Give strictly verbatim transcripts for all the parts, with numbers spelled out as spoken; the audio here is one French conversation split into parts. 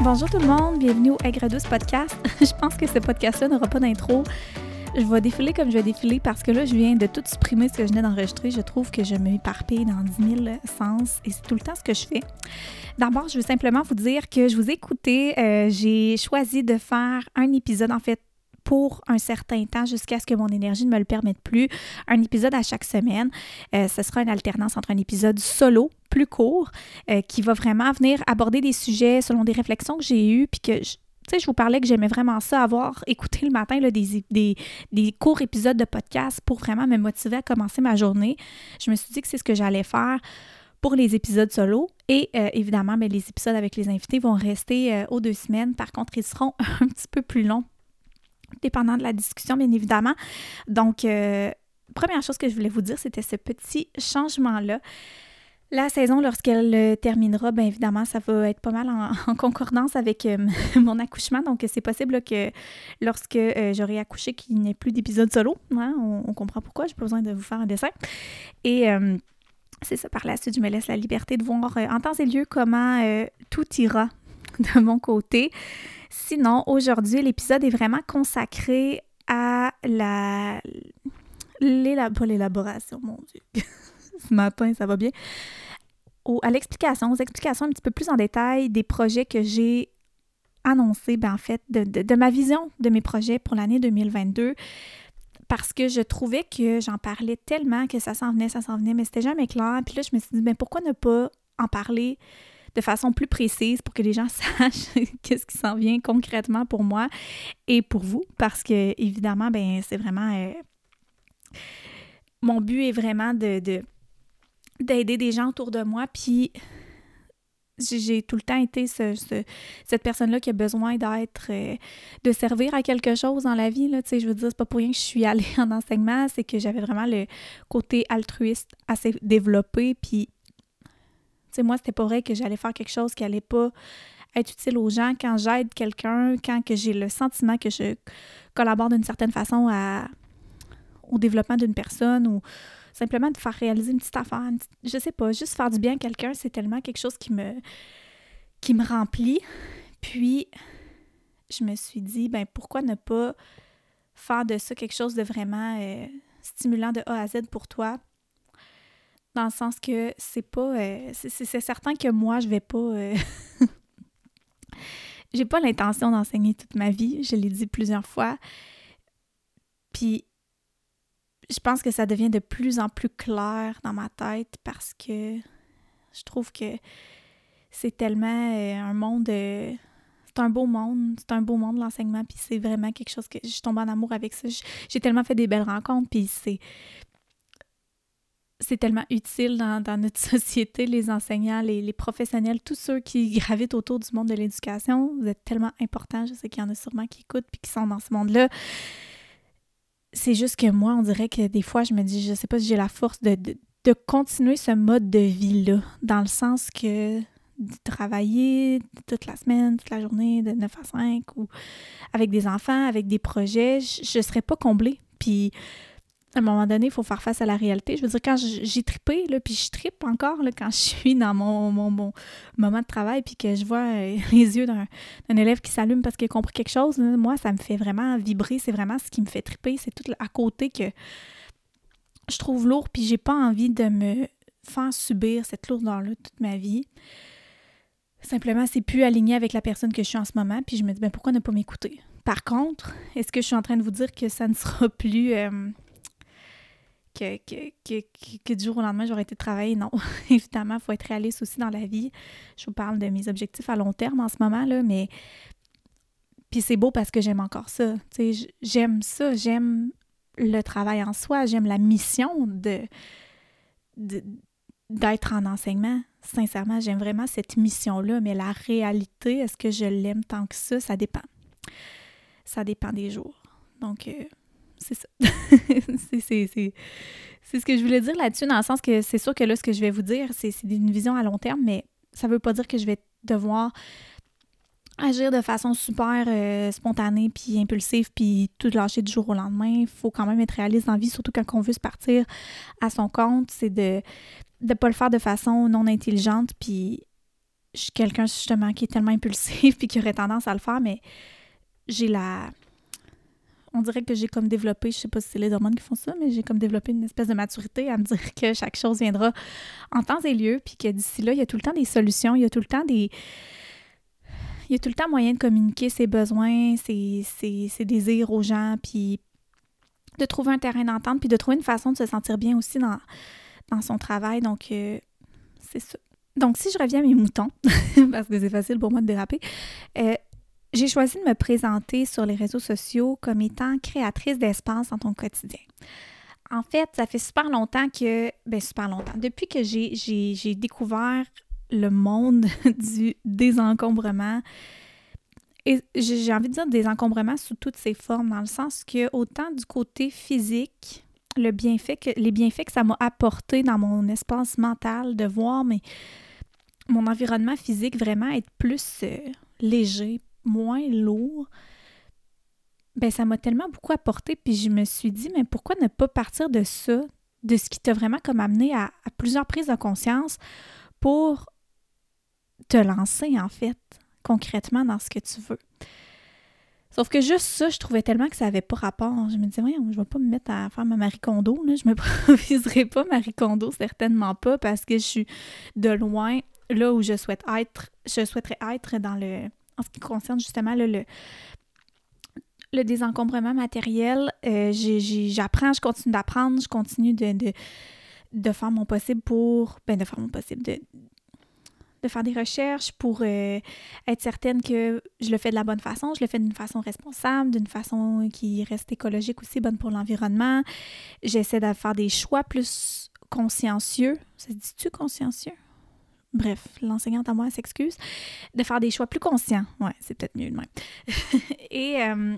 Bonjour tout le monde, bienvenue au Aigre Douce podcast. Je pense que ce podcast-là n'aura pas d'intro. Je vais défiler comme je vais défiler parce que là, je viens de tout supprimer ce que je venais d'enregistrer. Je trouve que je m'éparpille dans dix mille sens et c'est tout le temps ce que je fais. D'abord, je veux simplement vous dire que je vous ai écouté. Euh, j'ai choisi de faire un épisode, en fait, pour un certain temps jusqu'à ce que mon énergie ne me le permette plus. Un épisode à chaque semaine. Euh, ce sera une alternance entre un épisode solo, plus court, euh, qui va vraiment venir aborder des sujets selon des réflexions que j'ai eues, puis que je, tu sais, je vous parlais que j'aimais vraiment ça, avoir écouté le matin là, des, des, des courts épisodes de podcast pour vraiment me motiver à commencer ma journée. Je me suis dit que c'est ce que j'allais faire pour les épisodes solo. Et euh, évidemment, bien, les épisodes avec les invités vont rester euh, aux deux semaines. Par contre, ils seront un petit peu plus longs, dépendant de la discussion, bien évidemment. Donc, euh, première chose que je voulais vous dire, c'était ce petit changement-là. La saison, lorsqu'elle euh, terminera, bien évidemment, ça va être pas mal en, en concordance avec euh, mon accouchement. Donc, c'est possible là, que lorsque euh, j'aurai accouché, qu'il n'y ait plus d'épisode solo. Hein? On, on comprend pourquoi, j'ai pas besoin de vous faire un dessin. Et euh, c'est ça, par la suite, je me laisse la liberté de voir euh, en temps et lieu comment euh, tout ira de mon côté. Sinon, aujourd'hui, l'épisode est vraiment consacré à la... L'élab... pas l'élaboration, mon Dieu. Ce matin, ça va bien. Au... À l'explication, aux explications un petit peu plus en détail des projets que j'ai annoncés, ben en fait, de, de, de ma vision de mes projets pour l'année deux mille vingt-deux, parce que je trouvais que j'en parlais tellement que ça s'en venait, ça s'en venait, mais c'était jamais clair. Puis là, je me suis dit, ben pourquoi ne pas en parler de façon plus précise pour que les gens sachent qu'est-ce qui s'en vient concrètement pour moi et pour vous, parce que évidemment, ben c'est vraiment... Euh, mon but est vraiment de, de d'aider des gens autour de moi, puis j'ai, j'ai tout le temps été ce, ce, cette personne-là qui a besoin d'être... Euh, de servir à quelque chose dans la vie, là, tu sais, je veux dire, c'est pas pour rien que je suis allée en enseignement, c'est que j'avais vraiment le côté altruiste assez développé, puis tu sais, moi, c'était pas vrai que j'allais faire quelque chose qui allait pas être utile aux gens. Quand j'aide quelqu'un, quand que j'ai le sentiment que je collabore d'une certaine façon à, au développement d'une personne ou simplement de faire réaliser une petite affaire, une petite, je sais pas, juste faire du bien à quelqu'un, c'est tellement quelque chose qui me, qui me remplit. Puis, je me suis dit, ben pourquoi ne pas faire de ça quelque chose de vraiment euh, stimulant de A à Z pour toi? Dans le sens que c'est pas... Euh, c'est, c'est certain que moi, je vais pas... Euh, j'ai pas l'intention d'enseigner toute ma vie. Je l'ai dit plusieurs fois. Puis, je pense que ça devient de plus en plus clair dans ma tête parce que je trouve que c'est tellement euh, un monde... Euh, c'est un beau monde. C'est un beau monde, l'enseignement. Puis c'est vraiment quelque chose que... Je tombe en amour avec ça. J'ai tellement fait des belles rencontres. Puis c'est... C'est tellement utile dans, dans notre société, les enseignants, les, les professionnels, tous ceux qui gravitent autour du monde de l'éducation. Vous êtes tellement importants. Je sais qu'il y en a sûrement qui écoutent puis qui sont dans ce monde-là. C'est juste que moi, on dirait que des fois, je me dis, je sais pas si j'ai la force de, de, de continuer ce mode de vie-là, dans le sens que de travailler toute la semaine, toute la journée, de neuf à cinq, ou avec des enfants, avec des projets, je ne serais pas comblée. Puis à un moment donné, il faut faire face à la réalité. Je veux dire, quand j'ai trippé, là, puis je trippe encore là, quand je suis dans mon, mon, mon moment de travail puis que je vois euh, les yeux d'un, d'un élève qui s'allume parce qu'il a compris quelque chose, là, moi, ça me fait vraiment vibrer. C'est vraiment ce qui me fait tripper. C'est tout à côté que je trouve lourd puis j'ai pas envie de me faire subir cette lourdeur-là toute ma vie. Simplement, c'est plus aligné avec la personne que je suis en ce moment puis je me dis, ben pourquoi ne pas m'écouter? Par contre, est-ce que je suis en train de vous dire que ça ne sera plus... Euh, Que, que, que, que du jour au lendemain, j'aurais été travailler. Non, évidemment, il faut être réaliste aussi dans la vie. Je vous parle de mes objectifs à long terme en ce moment, là, mais... Puis c'est beau parce que j'aime encore ça. Tu sais, j'aime ça, j'aime le travail en soi, j'aime la mission de, de, d'être en enseignement. Sincèrement, j'aime vraiment cette mission-là, mais la réalité, est-ce que je l'aime tant que ça? Ça dépend. Ça dépend des jours. Donc... Euh, c'est ça. c'est, c'est, c'est, c'est ce que je voulais dire là-dessus, dans le sens que c'est sûr que là, ce que je vais vous dire, c'est, c'est une vision à long terme, mais ça veut pas dire que je vais devoir agir de façon super euh, spontanée puis impulsive puis tout lâcher du jour au lendemain. Il faut quand même être réaliste dans la vie, surtout quand on veut se partir à son compte. C'est de ne pas le faire de façon non intelligente puis je suis quelqu'un justement qui est tellement impulsif puis qui aurait tendance à le faire, mais j'ai la... On dirait que j'ai comme développé, je sais pas si c'est les hormones qui font ça, mais j'ai comme développé une espèce de maturité à me dire que chaque chose viendra en temps et lieu, puis que d'ici là, il y a tout le temps des solutions, il y a tout le temps des... Il y a tout le temps moyen de communiquer ses besoins, ses, ses, ses désirs aux gens, puis de trouver un terrain d'entente, puis de trouver une façon de se sentir bien aussi dans, dans son travail. Donc, euh, c'est ça. Donc, si je reviens à mes moutons, parce que c'est facile pour moi de déraper, euh, j'ai choisi de me présenter sur les réseaux sociaux comme étant créatrice d'espace dans ton quotidien. En fait, ça fait super longtemps que... Ben, super longtemps. Depuis que j'ai, j'ai, j'ai découvert le monde du désencombrement, et j'ai envie de dire désencombrement sous toutes ses formes, dans le sens que autant du côté physique, le bienfait que, les bienfaits que ça m'a apporté dans mon espace mental, de voir mes, mon environnement physique vraiment être plus euh, léger, moins lourd, ben ça m'a tellement beaucoup apporté, puis je me suis dit, mais pourquoi ne pas partir de ça, de ce qui t'a vraiment comme amené à, à plusieurs prises de conscience pour te lancer, en fait, concrètement dans ce que tu veux. Sauf que juste ça, je trouvais tellement que ça n'avait pas rapport. Je me disais, voyons, je ne vais pas me mettre à faire ma Marie Kondo, là. Je ne me m'improviserai pas Marie Kondo, certainement pas, parce que je suis de loin là où je souhaite être, je souhaiterais être dans le... En ce qui concerne justement là, le, le désencombrement matériel, euh, j'ai, j'ai, j'apprends, je continue d'apprendre, je continue de, de, de faire mon possible pour... Ben, de faire mon possible, de, de faire des recherches pour euh, être certaine que je le fais de la bonne façon, je le fais d'une façon responsable, d'une façon qui reste écologique aussi, bonne pour l'environnement. J'essaie de faire des choix plus consciencieux. Ça se dit-tu consciencieux? Bref, l'enseignante à moi s'excuse. De faire des choix plus conscients. Ouais, c'est peut-être mieux de même. Et euh,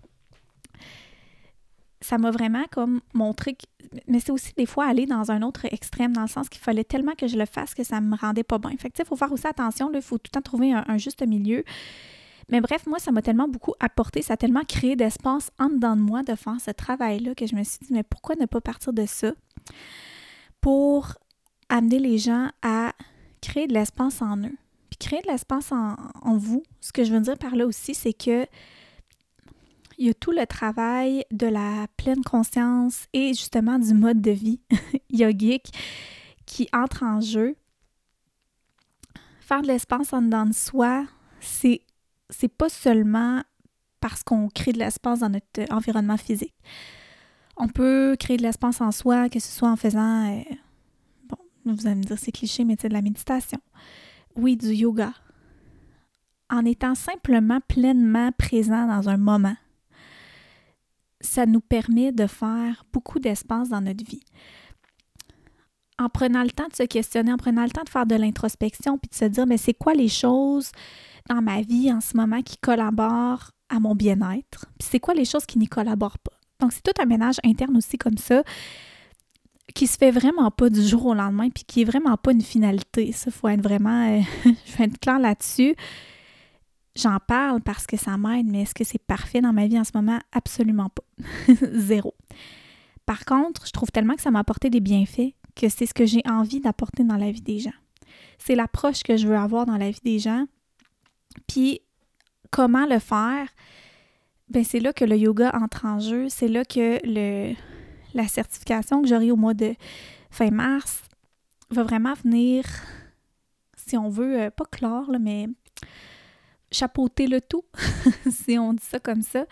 ça m'a vraiment comme montré... Que, mais c'est aussi des fois aller dans un autre extrême, dans le sens qu'il fallait tellement que je le fasse que ça me rendait pas bien. Fait que tu sais, il faut faire aussi attention, il faut tout le temps trouver un, un juste milieu. Mais bref, moi, ça m'a tellement beaucoup apporté, ça a tellement créé d'espace en dedans de moi de faire ce travail-là que je me suis dit, mais pourquoi ne pas partir de ça pour amener les gens à créer de l'espace en eux. Puis créer de l'espace en, en vous, ce que je veux dire par là aussi, c'est que il y a tout le travail de la pleine conscience et justement du mode de vie yogique qui entre en jeu. Faire de l'espace en dedans de soi, c'est, c'est pas seulement parce qu'on crée de l'espace dans notre environnement physique. On peut créer de l'espace en soi, que ce soit en faisant... Euh, vous allez me dire c'est cliché, mais c'est de la méditation. Oui, du yoga. En étant simplement pleinement présent dans un moment, ça nous permet de faire beaucoup d'espace dans notre vie. En prenant le temps de se questionner, en prenant le temps de faire de l'introspection, puis de se dire, mais c'est quoi les choses dans ma vie en ce moment qui collaborent à mon bien-être? Puis c'est quoi les choses qui n'y collaborent pas? Donc, c'est tout un ménage interne aussi comme ça, qui se fait vraiment pas du jour au lendemain, puis qui est vraiment pas une finalité. Ça, il faut être vraiment... Euh, je vais être claire là-dessus. J'en parle parce que ça m'aide, mais est-ce que c'est parfait dans ma vie en ce moment? Absolument pas. Zéro. Par contre, je trouve tellement que ça m'a apporté des bienfaits que c'est ce que j'ai envie d'apporter dans la vie des gens. C'est l'approche que je veux avoir dans la vie des gens. Puis, comment le faire? Ben c'est là que le yoga entre en jeu. C'est là que le... la certification que j'aurai au mois de fin mars va vraiment venir, si on veut, euh, pas clore, là, mais chapeauter le tout, si on dit ça comme ça.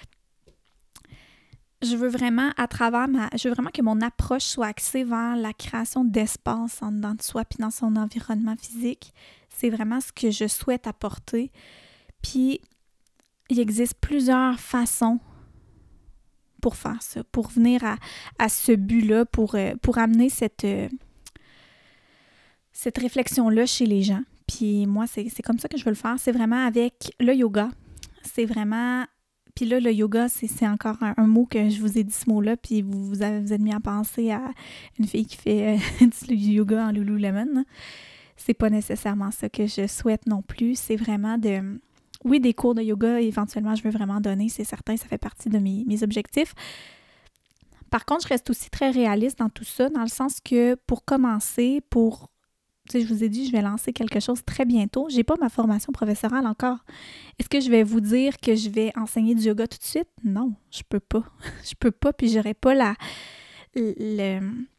Je veux vraiment, à travers ma... Je veux vraiment que mon approche soit axée vers la création d'espace en dedans de soi puis dans son environnement physique. C'est vraiment ce que je souhaite apporter. Puis, il existe plusieurs façons pour faire ça, pour venir à, à ce but-là, pour, euh, pour amener cette, euh, cette réflexion-là chez les gens. Puis moi, c'est, c'est comme ça que je veux le faire. C'est vraiment avec le yoga. C'est vraiment... Puis là, le yoga, c'est, c'est encore un, un mot que je vous ai dit ce mot-là, puis vous vous, avez, vous êtes mis à penser à une fille qui fait euh, du yoga en Lululemon. C'est pas nécessairement ça que je souhaite non plus. C'est vraiment de... Oui, des cours de yoga, éventuellement, je veux vraiment donner, c'est certain, ça fait partie de mes, mes objectifs. Par contre, je reste aussi très réaliste dans tout ça, dans le sens que pour commencer, pour Tu sais, je vous ai dit, je vais lancer quelque chose très bientôt. J'ai pas ma formation professorale encore. Est-ce que je vais vous dire que je vais enseigner du yoga tout de suite? Non, je peux pas. Je peux pas, puis j'aurais pas la... le...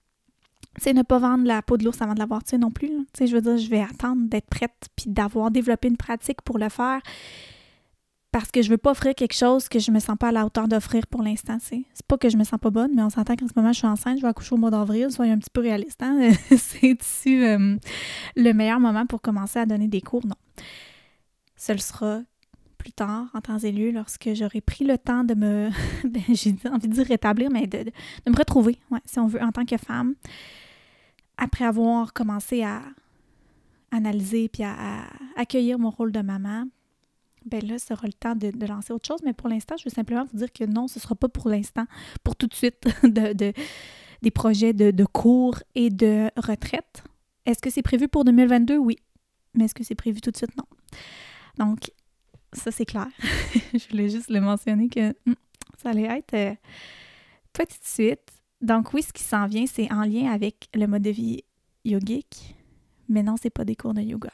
Tu sais, ne pas vendre la peau de l'ours avant de l'avoir tué non plus. Tu sais, je veux dire, je vais attendre d'être prête puis d'avoir développé une pratique pour le faire parce que je veux pas offrir quelque chose que je me sens pas à la hauteur d'offrir pour l'instant, tu sais. C'est pas que je me sens pas bonne, mais on s'entend qu'en ce moment, je suis enceinte, je vais accoucher au mois d'avril, soyez un petit peu réaliste, hein? C'est-tu euh, le meilleur moment pour commencer à donner des cours? Non. Ce le sera plus tard, en temps et lieu, lorsque j'aurai pris le temps de me... ben, j'ai envie de dire rétablir, mais de, de, de me retrouver, ouais, si on veut, en tant que femme. Après avoir commencé à analyser puis à, à accueillir mon rôle de maman, ben là, ce sera le temps de, de lancer autre chose. Mais pour l'instant, je veux simplement vous dire que non, ce ne sera pas pour l'instant, pour tout de suite, de, de, des projets de, de cours et de retraite. Est-ce que c'est prévu pour deux mille vingt-deux? Oui. Mais est-ce que c'est prévu tout de suite? Non. Donc, ça, c'est clair. Je voulais juste le mentionner que hum, ça allait être euh, pas tout de suite. Donc oui, ce qui s'en vient, c'est en lien avec le mode de vie yogique, mais non, c'est pas des cours de yoga.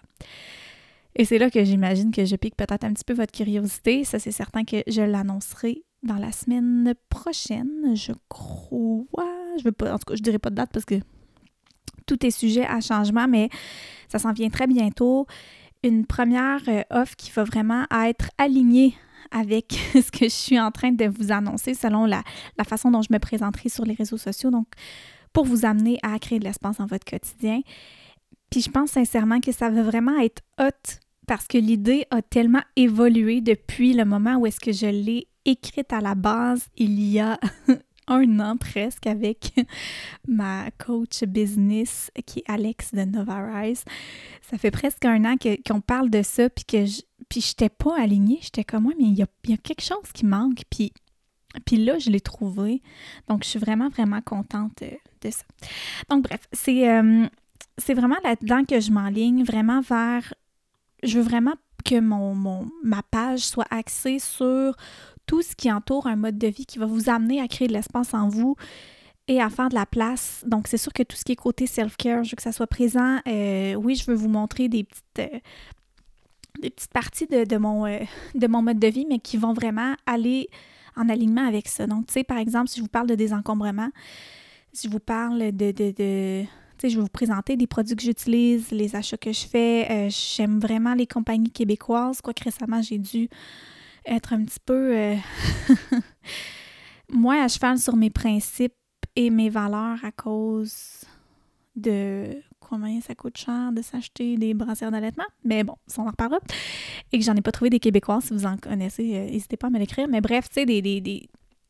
Et c'est là que j'imagine que je pique peut-être un petit peu votre curiosité. Ça, c'est certain que je l'annoncerai dans la semaine prochaine, je crois. Je veux pas, en tout cas, je dirai pas de date parce que tout est sujet à changement, mais ça s'en vient très bientôt. Une première euh, offre qui va vraiment être alignée avec ce que je suis en train de vous annoncer selon la, la façon dont je me présenterai sur les réseaux sociaux, donc pour vous amener à créer de l'espace dans votre quotidien. Puis je pense sincèrement que ça va vraiment être hot parce que l'idée a tellement évolué depuis le moment où est-ce que je l'ai écrite à la base il y a un an presque avec ma coach business qui est Alex de Novarise. Ça fait presque un an que, qu'on parle de ça puis que je Puis je n'étais pas alignée, j'étais comme moi, mais il y a, il y a quelque chose qui manque. Puis, puis là, je l'ai trouvé. Donc, je suis vraiment, vraiment contente de, de ça. Donc, bref, c'est, euh, c'est vraiment là-dedans que je m'enligne, vraiment vers... Je veux vraiment que mon, mon, ma page soit axée sur tout ce qui entoure un mode de vie qui va vous amener à créer de l'espace en vous et à faire de la place. Donc, c'est sûr que tout ce qui est côté self-care, je veux que ça soit présent. Euh, oui, je veux vous montrer des petites... Euh, des petites parties de, de, mon, euh, de mon mode de vie, mais qui vont vraiment aller en alignement avec ça. Donc, tu sais, par exemple, si je vous parle de désencombrement, si je vous parle de... de, de tu sais, je vais vous présenter des produits que j'utilise, les achats que je fais. Euh, j'aime vraiment les compagnies québécoises, quoique récemment, j'ai dû être un petit peu euh, moins à cheval sur mes principes et mes valeurs à cause de... combien ça coûte cher de s'acheter des brassières d'allaitement. Mais bon, ça on en reparlera. Et que j'en ai pas trouvé des Québécoises, si vous en connaissez, euh, n'hésitez pas à me l'écrire. Mais bref, tu sais, des, des, des...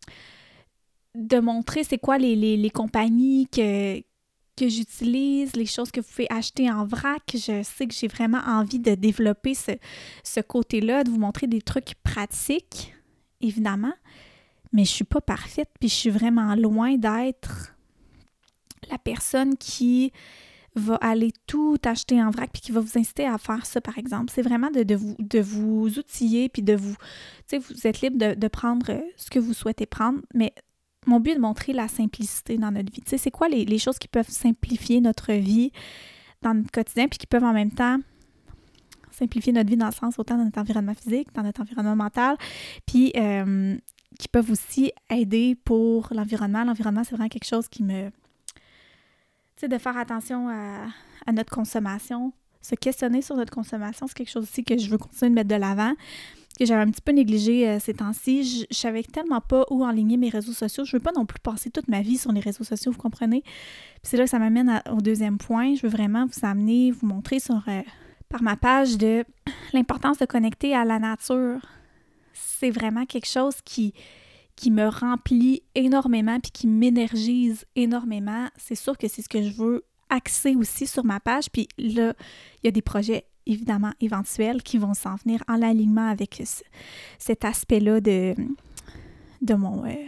de montrer c'est quoi les, les, les compagnies que, que j'utilise, les choses que vous pouvez acheter en vrac. Je sais que j'ai vraiment envie de développer ce, ce côté-là, de vous montrer des trucs pratiques, évidemment. Mais je suis pas parfaite, puis je suis vraiment loin d'être la personne qui va aller tout acheter en vrac puis qui va vous inciter à faire ça, par exemple. C'est vraiment de, de, vous, de vous outiller puis de vous... Tu sais, vous êtes libre de, de prendre ce que vous souhaitez prendre, mais mon but est de montrer la simplicité dans notre vie. Tu sais, c'est quoi les, les choses qui peuvent simplifier notre vie dans notre quotidien puis qui peuvent en même temps simplifier notre vie dans le sens autant dans notre environnement physique, dans notre environnement mental, puis euh, qui peuvent aussi aider pour l'environnement. L'environnement, c'est vraiment quelque chose qui me... Tu sais, de faire attention à, à notre consommation, se questionner sur notre consommation, c'est quelque chose aussi que je veux continuer de mettre de l'avant, que j'avais un petit peu négligé euh, ces temps-ci. Je, je savais tellement pas où enligner mes réseaux sociaux. Je veux pas non plus passer toute ma vie sur les réseaux sociaux, vous comprenez? Puis c'est là que ça m'amène à, au deuxième point. Je veux vraiment vous amener, vous montrer sur euh, par ma page de l'importance de connecter à la nature. C'est vraiment quelque chose qui... qui me remplit énormément puis qui m'énergise énormément. C'est sûr que c'est ce que je veux axer aussi sur ma page. Puis là, il y a des projets, évidemment, éventuels qui vont s'en venir en alignement avec ce, cet aspect-là de, de mon... Euh,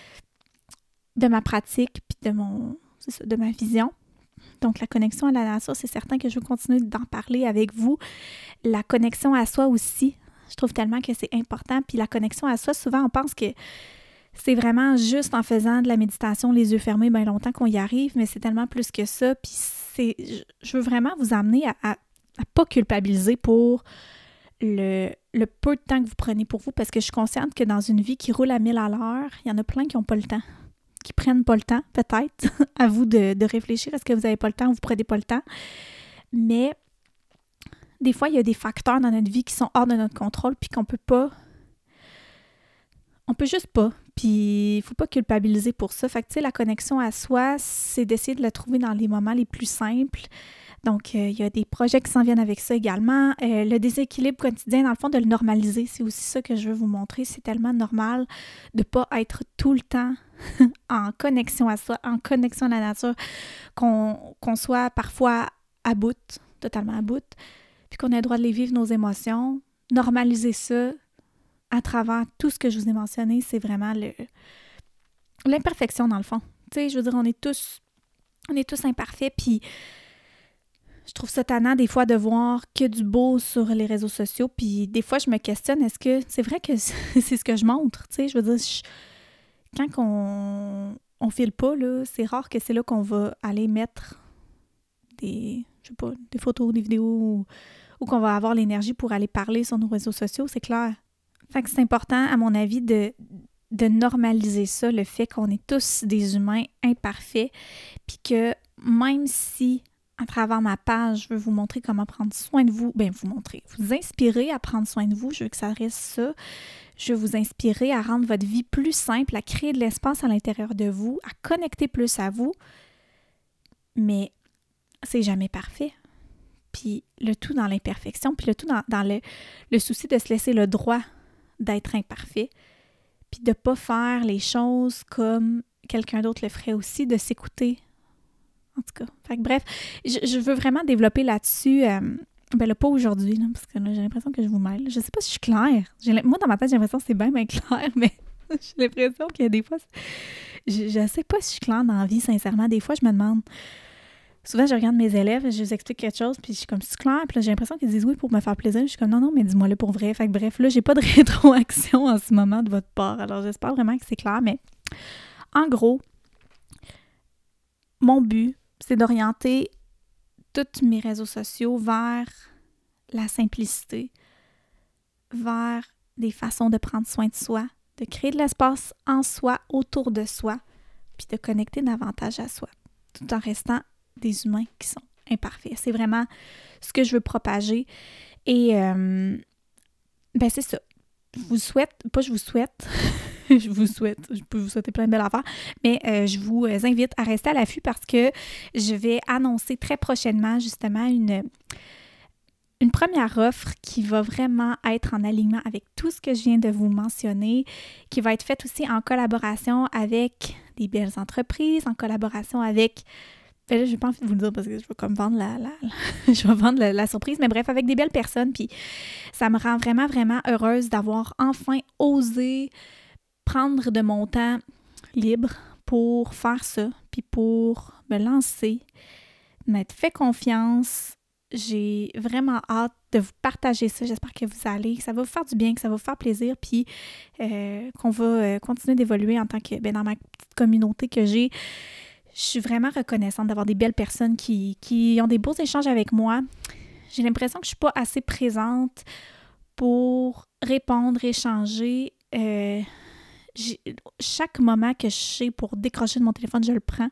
de ma pratique puis de mon... c'est ça, de ma vision. Donc, la connexion à la nature, c'est certain que je veux continuer d'en parler avec vous. La connexion à soi aussi, je trouve tellement que c'est important. Puis la connexion à soi, souvent, on pense que c'est vraiment juste en faisant de la méditation, les yeux fermés, bien longtemps qu'on y arrive, mais c'est tellement plus que ça. Puis c'est, je veux vraiment vous amener à, à, à pas culpabiliser pour le, le peu de temps que vous prenez pour vous, parce que je suis consciente que dans une vie qui roule à mille à l'heure, il y en a plein qui n'ont pas le temps, qui prennent pas le temps, peut-être. À vous de, de réfléchir, est-ce que vous n'avez pas le temps ou vous prenez pas le temps? Mais des fois, il y a des facteurs dans notre vie qui sont hors de notre contrôle puis qu'on peut pas... On peut juste pas. Puis il faut pas culpabiliser pour ça. Fait que, tu sais, la connexion à soi, c'est d'essayer de la trouver dans les moments les plus simples. Donc, euh, il y a des projets qui s'en viennent avec ça également. Euh, le déséquilibre quotidien, dans le fond, de le normaliser, c'est aussi ça que je veux vous montrer. C'est tellement normal de pas être tout le temps en connexion à soi, en connexion à la nature, qu'on, qu'on soit parfois à bout, totalement à bout, puis qu'on ait le droit de les vivre, nos émotions. Normaliser ça à travers tout ce que je vous ai mentionné, c'est vraiment le, l'imperfection, dans le fond. Tu sais, je veux dire, on est tous, on est tous imparfaits, puis je trouve ça tannant des fois de voir que du beau sur les réseaux sociaux, puis des fois je me questionne, est-ce que c'est vrai que c'est ce que je montre, tu sais, je veux dire, je, quand on, on file pas, là, c'est rare que c'est là qu'on va aller mettre des, je sais pas, des photos, des vidéos, ou, ou qu'on va avoir l'énergie pour aller parler sur nos réseaux sociaux, c'est clair. Fait que c'est important, à mon avis, de, de normaliser ça, le fait qu'on est tous des humains imparfaits, puis que même si à travers ma page, je veux vous montrer comment prendre soin de vous. Bien, vous montrer, vous inspirer à prendre soin de vous. Je veux que ça reste ça. Je veux vous inspirer à rendre votre vie plus simple, à créer de l'espace à l'intérieur de vous, à connecter plus à vous. Mais c'est jamais parfait. Puis le tout dans l'imperfection, puis le tout dans, dans le, le souci de se laisser le droit d'être imparfait, puis de ne pas faire les choses comme quelqu'un d'autre le ferait aussi, de s'écouter. En tout cas, fait que bref, je, je veux vraiment développer là-dessus, euh, ben là, pas aujourd'hui, là, parce que là, j'ai l'impression que je vous mêle. Je sais pas si je suis claire. J'ai, moi, dans ma tête, j'ai l'impression que c'est bien, bien clair, mais j'ai l'impression qu'il y a des fois... Je, je sais pas si je suis claire dans la vie, sincèrement. Des fois, je me demande... Souvent, je regarde mes élèves, je les explique quelque chose, puis je suis comme, c'est clair? Puis là, j'ai l'impression qu'ils disent oui pour me faire plaisir. Je suis comme, non, non, mais dis-moi-le pour vrai. Fait que bref, là, j'ai pas de rétroaction en ce moment de votre part. Alors, j'espère vraiment que c'est clair, mais en gros, mon but, c'est d'orienter tous mes réseaux sociaux vers la simplicité, vers des façons de prendre soin de soi, de créer de l'espace en soi, autour de soi, puis de connecter davantage à soi, tout en restant des humains qui sont imparfaits. C'est vraiment ce que je veux propager. Et, euh, ben c'est ça. Je vous souhaite, pas je vous souhaite, je vous souhaite, je peux vous souhaiter plein de belles affaires, mais euh, je vous invite à rester à l'affût parce que je vais annoncer très prochainement justement une, une première offre qui va vraiment être en alignement avec tout ce que je viens de vous mentionner, qui va être faite aussi en collaboration avec des belles entreprises, en collaboration avec... Ben là, je n'ai pas envie de vous le dire parce que je veux comme vendre la, la, la je vais vendre la, la surprise, mais bref, avec des belles personnes, puis ça me rend vraiment, vraiment heureuse d'avoir enfin osé prendre de mon temps libre pour faire ça, puis pour me lancer, m'être fait confiance. J'ai vraiment hâte de vous partager ça. J'espère que vous allez, que ça va vous faire du bien, que ça va vous faire plaisir, puis euh, qu'on va euh, continuer d'évoluer en tant que, ben, dans ma petite communauté que j'ai. Je suis vraiment reconnaissante d'avoir des belles personnes qui, qui ont des beaux échanges avec moi. J'ai l'impression que je ne suis pas assez présente pour répondre, échanger. Euh, j'ai, chaque moment que je sais pour décrocher de mon téléphone, je le prends.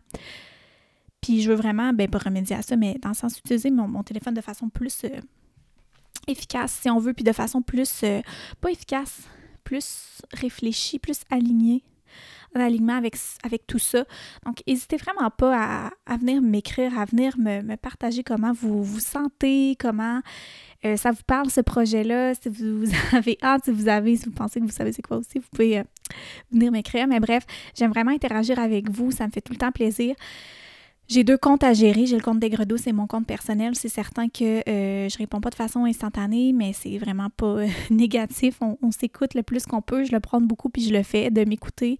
Puis je veux vraiment, ben pas remédier à ça, mais dans le sens utiliser mon, mon téléphone de façon plus euh, efficace, si on veut, puis de façon plus, euh, pas efficace, plus réfléchie, plus alignée. En alignement avec, avec tout ça. Donc, n'hésitez vraiment pas à, à venir m'écrire, à venir me, me partager comment vous vous sentez, comment euh, ça vous parle, ce projet-là, si vous, vous avez hâte, si vous avez, si vous pensez que vous savez c'est quoi aussi, vous pouvez euh, venir m'écrire. Mais bref, j'aime vraiment interagir avec vous, ça me fait tout le temps plaisir. J'ai deux comptes à gérer. J'ai le compte d'Aigre-d'eau, c'est mon compte personnel. C'est certain que euh, je réponds pas de façon instantanée, mais c'est vraiment pas euh, négatif. On, on s'écoute le plus qu'on peut. Je le prends beaucoup puis je le fais, de m'écouter.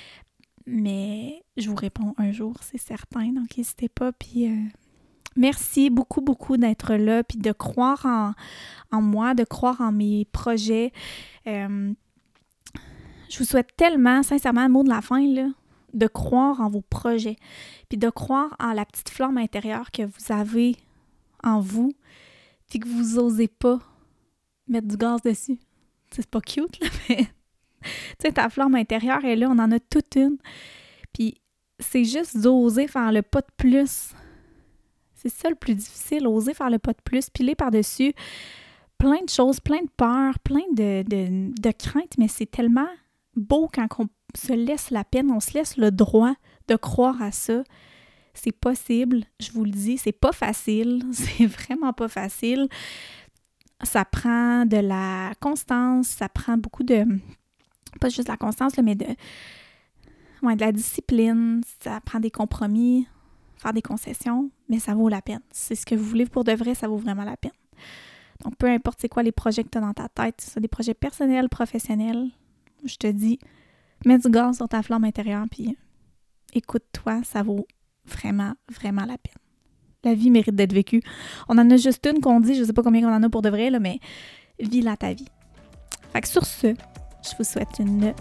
Mais je vous réponds un jour, c'est certain. Donc, n'hésitez pas. Puis, euh, merci beaucoup, beaucoup d'être là puis de croire en, en moi, de croire en mes projets. Euh, je vous souhaite tellement, sincèrement, le mot de la fin, là, de croire en vos projets, puis de croire en la petite flamme intérieure que vous avez en vous, puis que vous osez pas mettre du gaz dessus. C'est pas cute, là, mais tu sais, ta flamme intérieure est là, on en a toute une. Puis c'est juste d'oser faire le pas de plus. C'est ça le plus difficile, oser faire le pas de plus, piler par-dessus plein de choses, plein de peurs, plein de, de, de craintes, mais c'est tellement beau quand on se laisse la peine, on se laisse le droit de croire à ça. C'est possible, je vous le dis, c'est pas facile, c'est vraiment pas facile. Ça prend de la constance, ça prend beaucoup de, pas juste de la constance, là, mais de, ouais, de la discipline, ça prend des compromis, faire des concessions, mais ça vaut la peine. C'est ce que vous voulez pour de vrai, ça vaut vraiment la peine. Donc, peu importe c'est quoi les projets que tu as dans ta tête, c'est des projets personnels, professionnels, je te dis, mets du gaz sur ta flamme intérieure, puis écoute-toi, ça vaut vraiment, vraiment la peine. La vie mérite d'être vécue. On en a juste une qu'on dit, je sais pas combien on en a pour de vrai, là, mais vis-la ta vie. Fait que sur ce, je vous souhaite une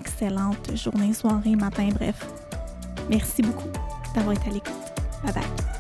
excellente journée, soirée, matin, bref. Merci beaucoup d'avoir été à l'écoute. Bye bye.